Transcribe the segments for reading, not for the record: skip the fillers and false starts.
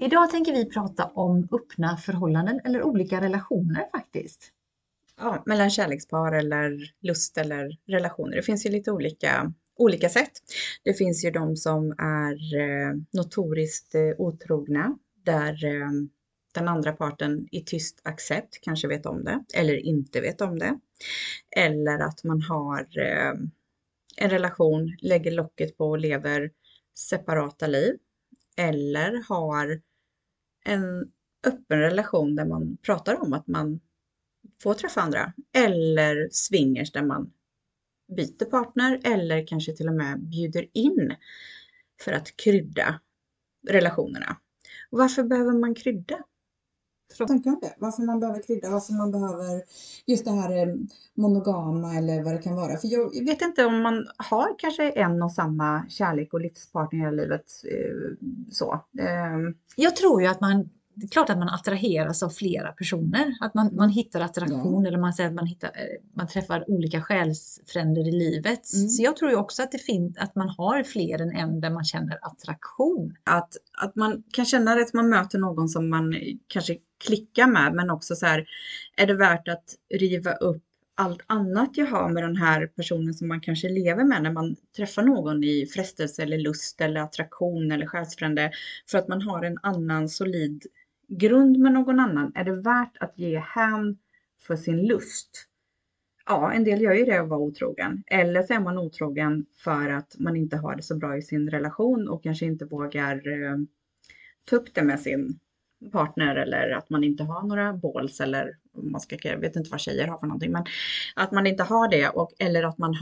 Idag tänker vi prata om öppna förhållanden eller olika relationer faktiskt. Ja, mellan kärlekspar eller lust eller relationer. Det finns ju lite olika sätt. Det finns ju de som är notoriskt otrogna där den andra parten i tyst accept kanske vet om det eller inte vet om det. Eller att man har en relation, lägger locket på och lever separata liv. Eller har en öppen relation där man pratar om att man får träffa andra. Eller swingers där man byter partner eller kanske till och med bjuder in för att krydda relationerna. Och varför behöver man krydda? Tänker om det. Varför man behöver krydda, varför man behöver just det här monogama eller vad det kan vara. För jag vet inte om man har kanske en och samma kärlek och livspartner i hela livet så. Jag tror ju att det är klart att man attraheras av flera personer. Att man hittar attraktion eller man säger att man träffar olika själsfränder i livet. Så jag tror ju också att att man har fler än en där man känner attraktion. Att man kan känna att man möter någon som man kanske klickar med, men också så här, är det värt att riva upp allt annat jag har med den här personen som man kanske lever med när man träffar någon i frestelse eller lust eller attraktion eller själsfrände, för att man har en annan solid grund med någon annan. Är det värt att ge hän för sin lust? Ja, en del gör ju det att vara otrogen. Eller så är man otrogen för att man inte har det så bra i sin relation och kanske inte vågar ta upp det med sin partner, eller att man inte har några balls, eller jag vet inte vad tjejer har för någonting, men att man inte har det, eller att man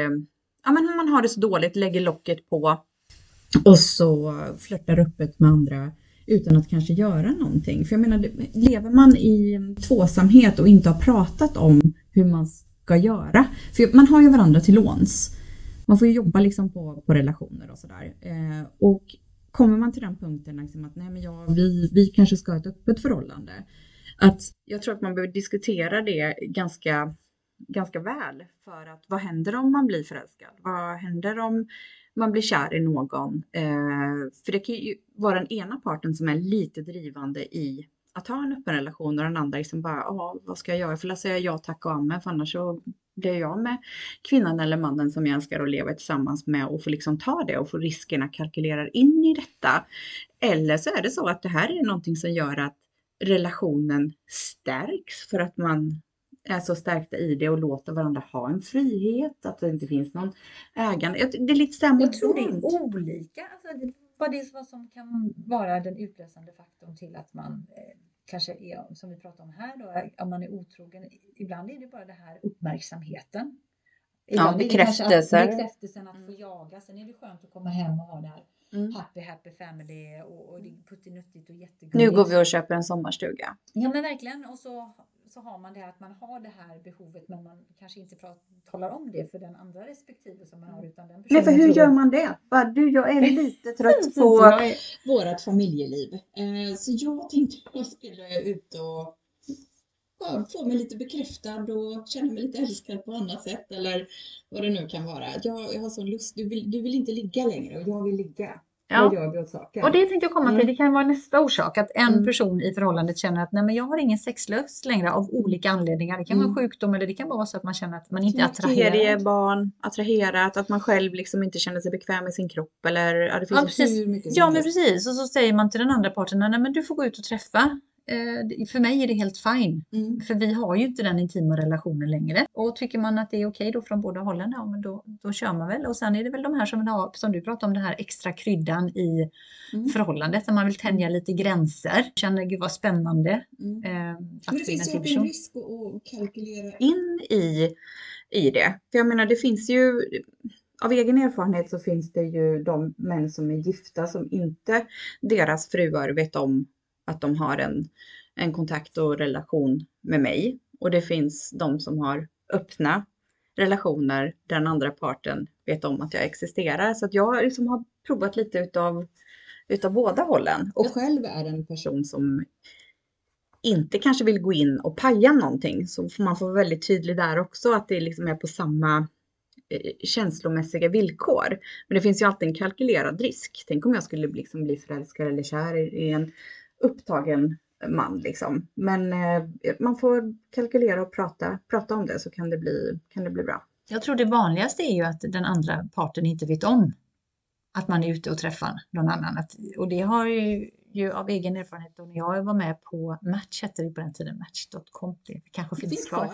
har det så dåligt, lägger locket på och så flörtar öppet med andra utan att kanske göra någonting. För jag menar, lever man i tvåsamhet och inte har pratat om hur man ska göra, för man har ju varandra till låns, man får ju jobba liksom på relationer och sådär, och kommer man till den punkten liksom att nej, men vi kanske ska ha ett öppet förhållande, att jag tror att man behöver diskutera det ganska väl, för att vad händer om man blir förälskad? Vad händer om man blir kär i någon? För det kan ju vara den ena parten som är lite drivande i att ha en öppen relation och den andra liksom bara, vad ska jag göra? För att säga ja tack och amen, för annars så blir jag med kvinnan eller mannen som jag älskar och lever tillsammans med och får liksom ta det och få riskerna kalkylerar in i detta. Eller så är det så att det här är någonting som gör att relationen stärks för att man är så stärkta i det och låter varandra ha en frihet, att det inte finns någon ägande. Det är lite sämre. Jag tror det är olika. Alltså, vad det är vad som kan vara den utlösande faktorn till att man kanske är, som vi pratar om här då, om man är otrogen. Ibland är det bara det här uppmärksamheten. Ibland bekräftelsen att få jaga. Sen är det skönt att komma hem och ha det här happy family och det är puttinuttigt och jättegulligt. Nu går vi och köper en sommarstuga. Ja, men verkligen. Och så har man det att man har det här behovet, men man kanske inte talar om det för den andra respektive som man har, utan den personen. Nej, för hur gör man det? Jag är lite trött på vårat familjeliv. Så jag tänkte att jag skulle ut och få mig lite bekräftad och känna mig lite älskad på annat sätt, eller vad det nu kan vara. Jag har sån lust, du vill inte ligga längre och jag vill ligga. Ja. Vad gör vi åt saken? Och det tänkte jag komma till. Det kan vara nästa orsak att en person i förhållandet känner att nej, men jag har ingen sexlust längre av olika anledningar. Det kan vara sjukdom eller det kan vara så att man känner att man inte är attraherad. Barn, attraherat, att man själv liksom inte känner sig bekväm med sin kropp, eller det finns hur mycket. Ja, men precis. Och så säger man till den andra parten, nej men du får gå ut och träffa. För mig är det helt fine. För vi har ju inte den intima relationen längre. Och tycker man att det är okej då från båda hållen, ja, men då kör man väl. Och sen är det väl de här som vill ha, som du pratar om, det här extra kryddan i förhållandet. Där man vill tänja lite gränser. Känner, gud vad spännande. Men det finns ju en risk att kalkylera in i det. För jag menar, det finns ju, av egen erfarenhet så finns det ju de män som är gifta som inte deras fruar vet om att de har en kontakt och relation med mig. Och det finns de som har öppna relationer där den andra parten vet om att jag existerar. Så att jag liksom har provat lite utav båda hållen. Och själv är en person som inte kanske vill gå in och paja någonting. Så man får vara väldigt tydlig där också, att det liksom är på samma känslomässiga villkor. Men det finns ju alltid en kalkylerad risk. Tänk om jag skulle liksom bli förälskad eller kär i en upptagen man liksom. Men man får kalkylera och prata om det, så kan det bli bra. Jag tror det vanligaste är ju att den andra parten inte vet om att man är ute och träffar någon annan. Och det har ju av egen erfarenhet, och när jag var med på Match, hette det på den tiden, Match.com, det kanske finns kvar.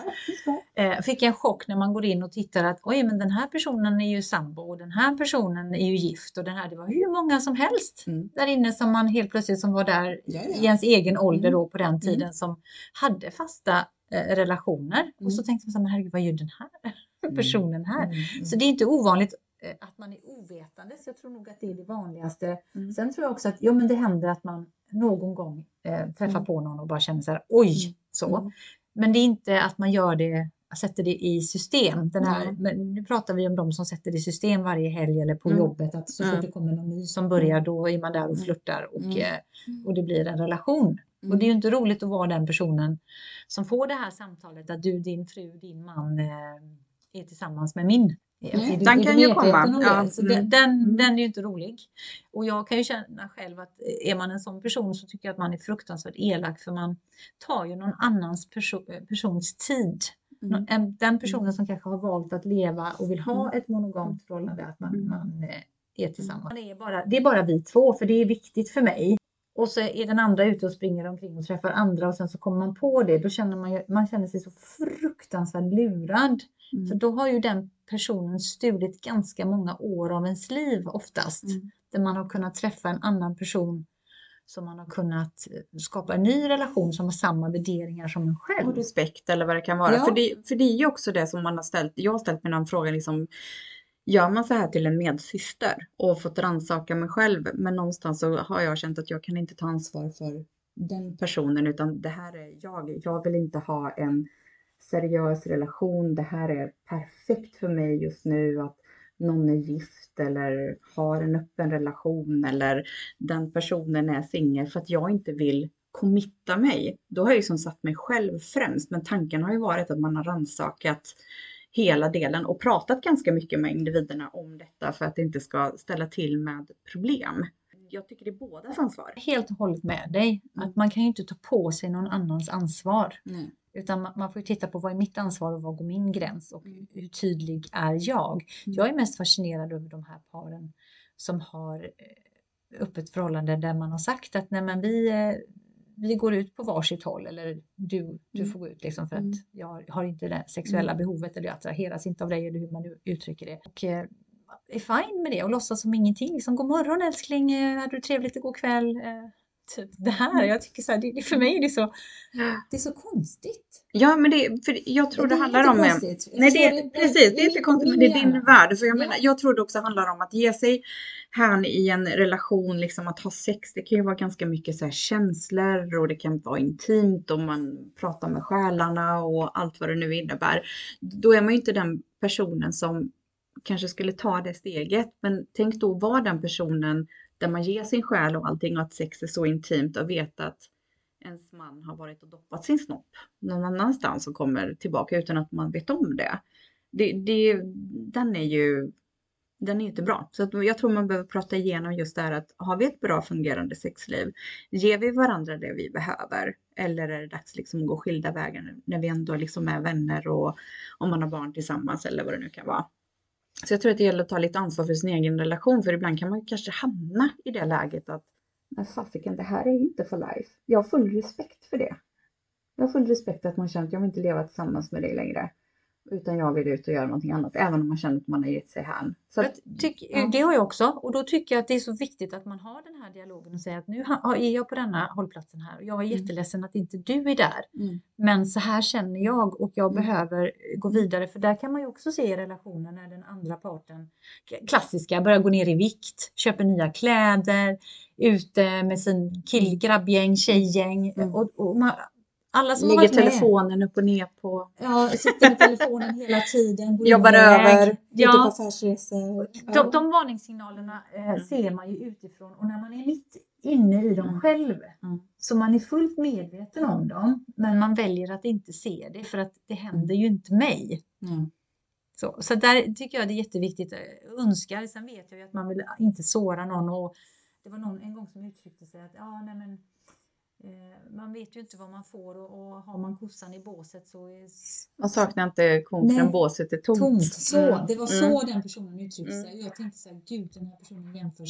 Fick jag en chock när man går in och tittar att oj, men den här personen är ju sambo och den här personen är ju gift och den här, det var hur många som helst där inne som man helt plötsligt som var där i ens egen ålder då på den tiden som hade fasta relationer. Och så tänkte man så här, men herregud, vad gör den här personen här? Så det är inte ovanligt att man är ovetande, så jag tror nog att det är det vanligaste. Sen tror jag också att men det händer att man någon gång träffar på någon och bara känner så här, oj, så. Men det är inte att man gör det, sätter det i system. Men nu pratar vi om de som sätter det i system varje helg eller på jobbet, att så fort det kommer någon ny som börjar, då är man där och flirtar och det blir en relation. Och det är ju inte roligt att vara den personen som får det här samtalet att du, din fru, din man är tillsammans med min. Den kan ju komma. Ja. Den är ju inte rolig. Och jag kan ju känna själv att är man en sån person så tycker jag att man är fruktansvärt elak, för man tar ju någon annans persons tid. Den personen som kanske har valt att leva och vill ha ett monogamt förhållande, att man är tillsammans. Det är bara vi två, för det är viktigt för mig. Och så är den andra ute och springer omkring och träffar andra, och sen så kommer man på det. Då känner man känner sig så fruktansvärt lurad. För då har ju den personen stulit ganska många år av ens liv oftast. Där man har kunnat träffa en annan person som man har kunnat skapa en ny relation som har samma värderingar som en själv. Och respekt eller vad det kan vara. Ja. För det är ju också det som man har ställt. Jag har ställt mig någon fråga liksom. Gör man så här till en medsyster och fått rannsaka mig själv, men någonstans så har jag känt att jag kan inte ta ansvar för den personen, utan det här är jag. Jag vill inte ha en seriös relation. Det här är perfekt för mig just nu, att någon är gift eller har en öppen relation eller den personen är singel, för att jag inte vill committa mig. Då har jag ju som satt mig själv främst, men tanken har ju varit att man har rannsakat hela delen och pratat ganska mycket med individerna om detta för att det inte ska ställa till med problem. Jag tycker det är bådas ansvar. Helt och hållet med dig. Att man kan ju inte ta på sig någon annans ansvar. Utan man får ju titta på vad är mitt ansvar och vad går min gräns och hur tydlig är jag. Jag är mest fascinerad över de här paren som har öppet förhållande där man har sagt att nej, men vi går ut på varsitt håll, eller du får gå ut liksom för att jag har inte det sexuella behovet, eller jag attraheras inte av dig, eller hur man nu uttrycker det. Och är fine med det och låtsas som ingenting. Liksom, god morgon älskling, hade du trevligt igår kväll? Typ det här, jag tycker så här, det för mig är det är så konstigt. Ja, men för jag tror det handlar om... Nej, det är inte konstigt, men det är din värld. För jag menar, jag tror det också handlar om att ge sig här i en relation, liksom att ha sex. Det kan ju vara ganska mycket så här känslor och det kan vara intimt och man pratar med själarna och allt vad det nu innebär. Då är man ju inte den personen som kanske skulle ta det steget. Men tänk då vara den personen där man ger sin själ och allting, och att sex är så intimt, och veta att ens man har varit och doppat sin snopp någon annanstans och kommer tillbaka utan att man vet om det. Den är ju inte bra. Så att jag tror man behöver prata igenom just det här, att har vi ett bra fungerande sexliv? Ger vi varandra det vi behöver? Eller är det dags liksom att gå skilda vägar när vi ändå liksom är vänner och om man har barn tillsammans eller vad det nu kan vara. Så jag tror att det gäller att ta lite ansvar för sin egen relation, för ibland kan man kanske hamna i det läget att nej fasiken, det här är inte för life. Jag har full respekt för det. Jag har full respekt att man känner att jag vill inte leva tillsammans med dig längre. Utan jag vill ut och göra någonting annat. Även om man känner att man har gett sig här. Så att, det har jag också. Och då tycker jag att det är så viktigt att man har den här dialogen och säger att nu är jag på denna hållplatsen här. Och jag är jätteledsen att inte du är där. Men så här känner jag och jag behöver gå vidare. För där kan man ju också se i relationen när den andra parten, klassiska, börjar gå ner i vikt. Köper nya kläder. Ute med sin killgrabbgäng, tjejgäng. Och man... Alla som ligger telefonen upp och ner på. Ja, sitter med telefonen hela tiden. Jobbar över. Ja. På affärsresor. De varningssignalerna ser man ju utifrån. Och när man är mitt inne i dem själv. Så man är fullt medveten om dem. Men man väljer att inte se det. För att det händer ju inte mig. Så där tycker jag det är jätteviktigt. Önskar. Sen vet jag ju att man vill inte såra någon. Och det var någon en gång som uttryckte sig att man vet ju inte vad man får och har man kossan i båset så är... Man saknar inte kon förrän båset är tomt. Så, det var så den personen uttryckte sig. Jag tänkte så här, gud den här personen jämför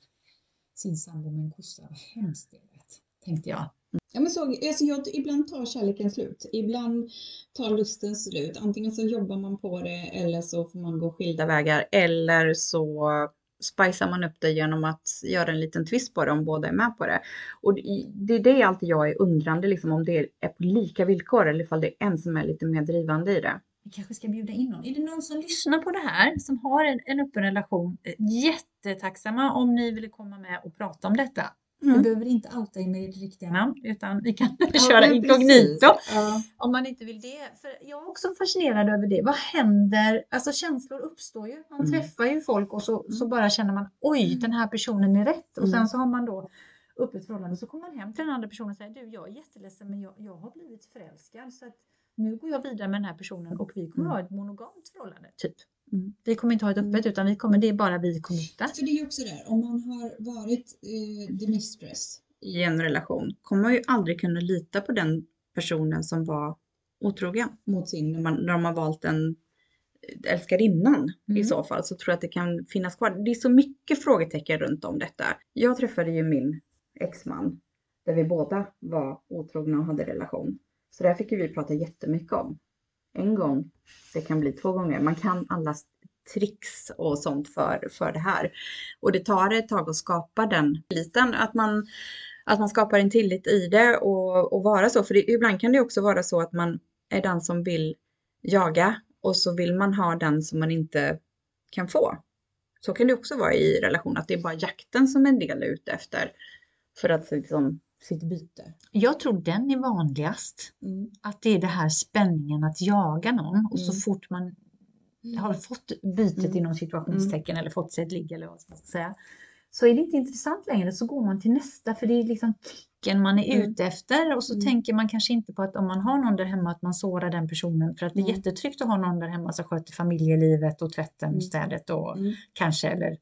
sin sambo med en kossa. Vad hemskt det lät, tänkte jag. Ja, men ibland tar kärleken slut. Ibland tar lusten slut. Antingen så jobbar man på det eller så får man gå skilda vägar. Eller så spicar man upp det genom att göra en liten twist på det om båda är med på det. Och det är det alltid jag är undrande, liksom, om det är på lika villkor eller ifall det är en som är lite mer drivande i det. Vi kanske ska bjuda in någon. Är det någon som lyssnar på det här som har en öppen relation? Jättetacksamma om ni vill komma med och prata om detta. Vi behöver inte outa in med riktiga namn utan vi kan köra inkognito om man inte vill det. För jag är också fascinerad över det. Vad händer? Alltså känslor uppstår ju. Man träffar ju folk och så bara känner man oj, den här personen är rätt. Och sen så har man då upp ett förhållande så kommer man hem till den andra personen och säger du, jag är jätteledsen men jag har blivit förälskad så att nu går jag vidare med den här personen och vi kommer ha ett monogamt förhållande typ. Vi kommer inte ha ett öppet utan det är bara vi committar. För det är ju också där, om man har varit the mistress i en relation kommer man ju aldrig kunna lita på den personen som var otrogen mot sin, när de har valt en älskarinnan i så fall, så tror jag att det kan finnas kvar. Det är så mycket frågetecken runt om detta. Jag träffade ju min exman där vi båda var otrogna och hade relation. Så där fick vi prata jättemycket om. En gång, det kan bli 2 gånger. Man kan alla tricks och sånt för det här. Och det tar ett tag att skapa den tilliten. Att man skapar en tillit i det och vara så. För ibland kan det också vara så att man är den som vill jaga. Och så vill man ha den som man inte kan få. Så kan det också vara i relation. Att det är bara jakten som en del är ute efter. För att liksom sitt byte. Jag tror den är vanligast. Att det är det här spänningen att jaga någon. Och så fort man har fått bytet inom situationstecken eller fått sig ett ligg eller vad man ska säga. Så är det inte intressant längre så går man till nästa. För det är liksom kicken man är ute efter. Och så tänker man kanske inte på att om man har någon där hemma att man sårar den personen. För att det är jättetryggt att ha någon där hemma som sköter familjelivet och tvätten och städet och kanske eller...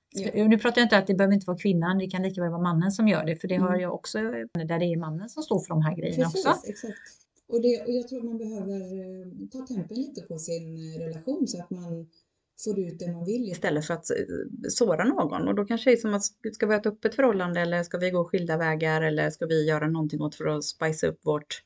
Nu pratar jag inte att det behöver inte vara kvinnan, det kan lika väl vara mannen som gör det. För det har jag också, där det är mannen som står för de här grejerna. Precis, också. Exakt. Och jag tror man behöver ta tempen lite på sin relation så att man får ut det man vill istället för att såra någon. Och då kanske det är som att ska vi ha ett öppet förhållande eller ska vi gå skilda vägar eller ska vi göra någonting åt för att spice upp vårt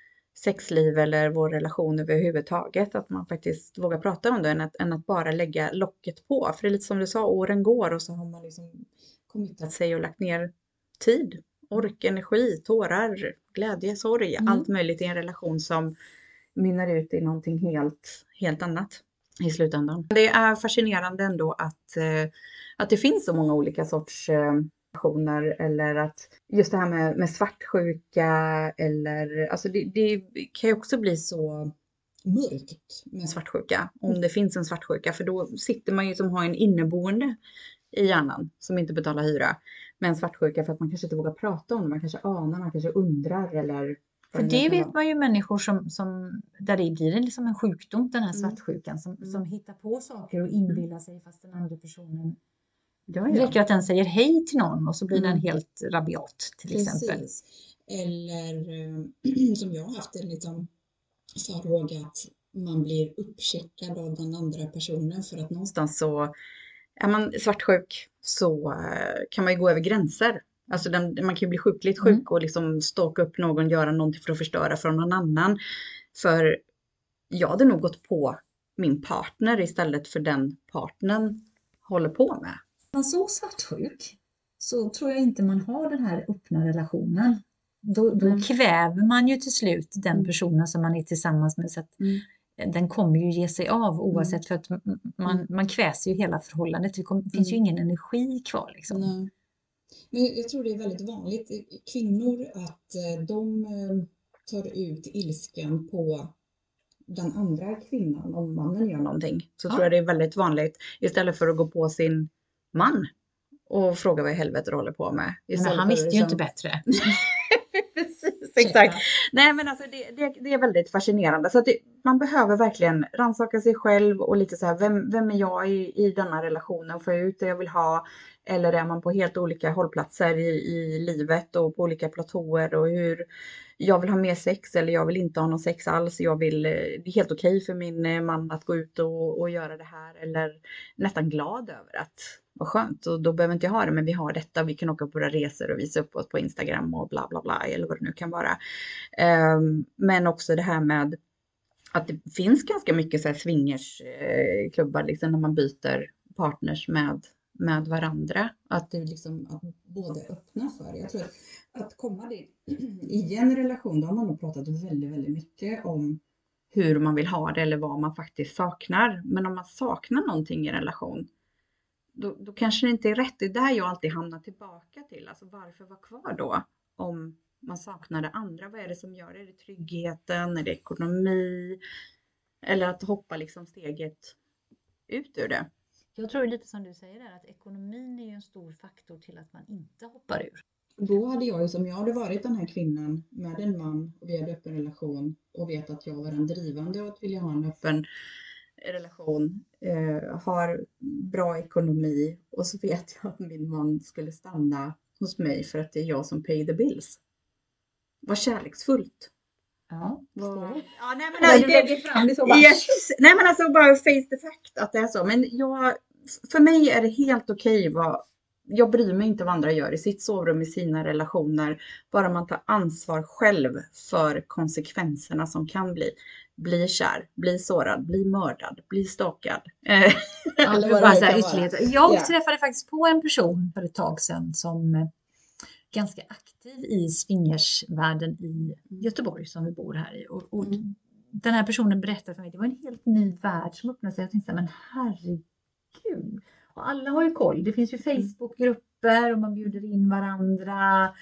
sexliv eller vår relation överhuvudtaget. Att man faktiskt vågar prata om det än att bara lägga locket på. För det är lite som du sa, åren går och så har man liksom committat sig och lagt ner tid, ork, energi, tårar, glädje, sorg. Allt möjligt i en relation som mynnar ut i någonting helt annat i slutändan. Det är fascinerande ändå att det finns så många olika sorts relationer eller att just det här med svartsjuka eller alltså det kan ju också bli så mörkt med svartsjuka om det finns en svartsjuka för då sitter man ju som har en inneboende i hjärnan som inte betalar hyra med en svartsjuka för att man kanske inte vågar prata om det, man kanske anar, man kanske undrar eller för det vet man ju människor som där det blir liksom en sjukdom den här svartsjukan som hittar på saker och inbillar sig fast den andra personen det räcker att den säger hej till någon och så blir den helt rabiat till exempel. Eller som jag har haft en liksom farhåga att man blir uppcheckad av den andra personen för att någonstans så är man svartsjuk så kan man ju gå över gränser. Alltså man kan ju bli sjukligt sjuk och liksom ståka upp någon, göra någonting för att förstöra för någon annan. För jag hade nog gått på min partner istället för den partnern håller på med. Man så svartsjuk så tror jag inte man har den här öppna relationen. Då kväver man ju till slut den personen som man är tillsammans med så att den kommer ju ge sig av oavsett för att man kväser ju hela förhållandet. Det finns ju ingen energi kvar liksom. Nej. Men jag tror det är väldigt vanligt kvinnor att de tar ut ilskan på den andra kvinnan om mannen gör någonting. Så tror jag det är väldigt vanligt istället för att gå på sin man och fråga vad i helvete du håller på med. Men han visste ju inte bättre. Precis, Exakt. Nej men alltså det är väldigt fascinerande. Så att man behöver verkligen rannsaka sig själv och lite så här, vem är jag i denna relationen? Får jag ut det jag vill ha? Eller är man på helt olika hållplatser i livet och på olika platåer och hur jag vill ha mer sex eller jag vill inte ha någon sex alls. Det är helt okej för min man att gå ut och göra det här eller nästan glad över att vad skönt och då behöver inte jag ha det men vi har detta. Vi kan åka på våra resor och visa upp oss på Instagram och bla bla bla eller vad det nu kan vara. Men också det här med att det finns ganska mycket så här swingersklubbar liksom när man byter partners med varandra. Att det liksom att båda öppnar för det. Jag tror att komma dit i en relation, då har man nog pratat väldigt, väldigt mycket om hur man vill ha det eller vad man faktiskt saknar. Men om man saknar någonting i en relation, då kanske det inte är rätt. Det är där jag alltid hamnar tillbaka till. Alltså varför vara kvar då om man saknar det andra? Vad är det som gör det? Är det tryggheten? Är det ekonomi? Eller att hoppa liksom steget ut ur det? Jag tror lite som du säger där att ekonomin är ju en stor faktor till att man inte hoppar ur. Då hade jag ju som jag hade varit den här kvinnan med en man och vi hade öppen relation och vet att jag var den drivande och att vilja ha en öppen relation, har bra ekonomi och så vet jag att min man skulle stanna hos mig för att det är jag som pay the bills. Vad kärleksfullt. Ja, nej men alltså bara face the fact att det är så. Men för mig är det helt okej jag bryr mig inte vad andra gör i sitt sovrum i sina relationer. Bara man tar ansvar själv för konsekvenserna som kan bli. Bli kär, bli sårad, bli mördad, bli stalkad. Jag träffade faktiskt på en person för ett tag sedan som ganska aktiv i swingersvärlden i Göteborg som vi bor här i. Och den här personen berättade för mig att det var en helt ny värld som öppnade sig. Jag tänkte men herregud. Och alla har ju koll. Det finns ju Facebookgrupper och man bjuder in varandra.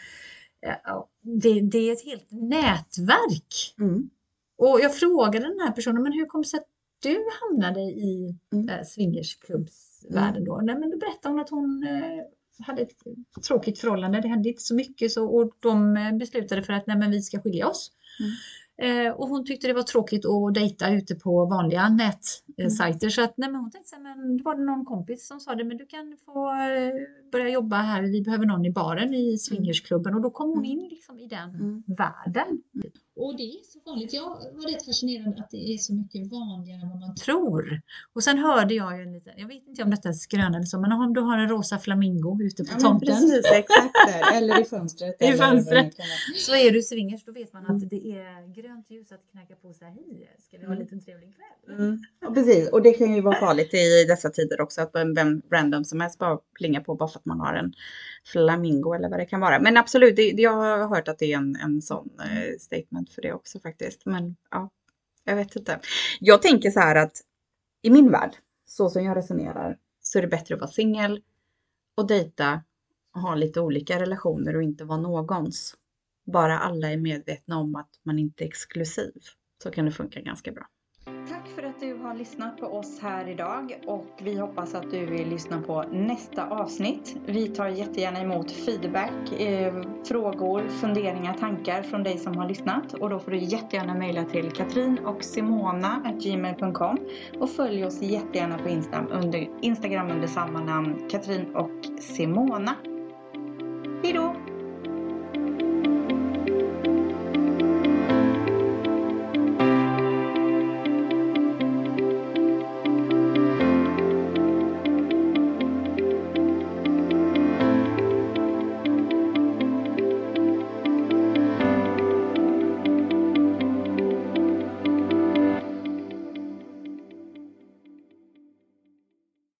Det är ett helt nätverk. Mm. Och jag frågade den här personen, men hur kom det sig att du hamnade i swingersklubbsvärlden då? Nej, men då berättade hon att hon hade ett tråkigt förhållande. Det hände inte så mycket och de beslutade för att vi ska skilja oss. Och hon tyckte det var tråkigt att dejta ute på vanliga nätsajter. Så att hon tänkte så men det var det någon kompis som sa det, men du kan få börja jobba här. Vi behöver någon i baren i swingersklubben. Och då kom hon in liksom i den världen. Och det är så vanligt. Jag var rätt fascinerad att det är så mycket vanligare än vad man tror. Och sen hörde jag en liten, jag vet inte om detta är skrönande så, men om du har en rosa flamingo ute på tomten. Precis, exakt där. Eller i fönstret. I fönstret. Så är du swingers, då vet man att det är grönt ljus att knacka på så här. Hej, ska vi ha en liten trevlig kväll? Ja, precis. Och det kan ju vara farligt i dessa tider också att vem random som helst bara plingar på bara för att man har en flamingo eller vad det kan vara. Men absolut, jag har hört att det är en sån statement för det också faktiskt. Men ja, jag vet inte. Jag tänker så här att i min värld, så som jag resonerar, så är det bättre att vara singel och dejta och ha lite olika relationer och inte vara någons. Bara alla är medvetna om att man inte är exklusiv. Så kan det funka ganska bra. Tack för att du har lyssnat på oss här idag och vi hoppas att du vill lyssna på nästa avsnitt. Vi tar jättegärna emot feedback, frågor, funderingar, tankar från dig som har lyssnat och då får du jättegärna mejla till katrinochsimona@gmail.com och följ oss jättegärna på Instagram under samma namn Katrin och Simona. Hej då!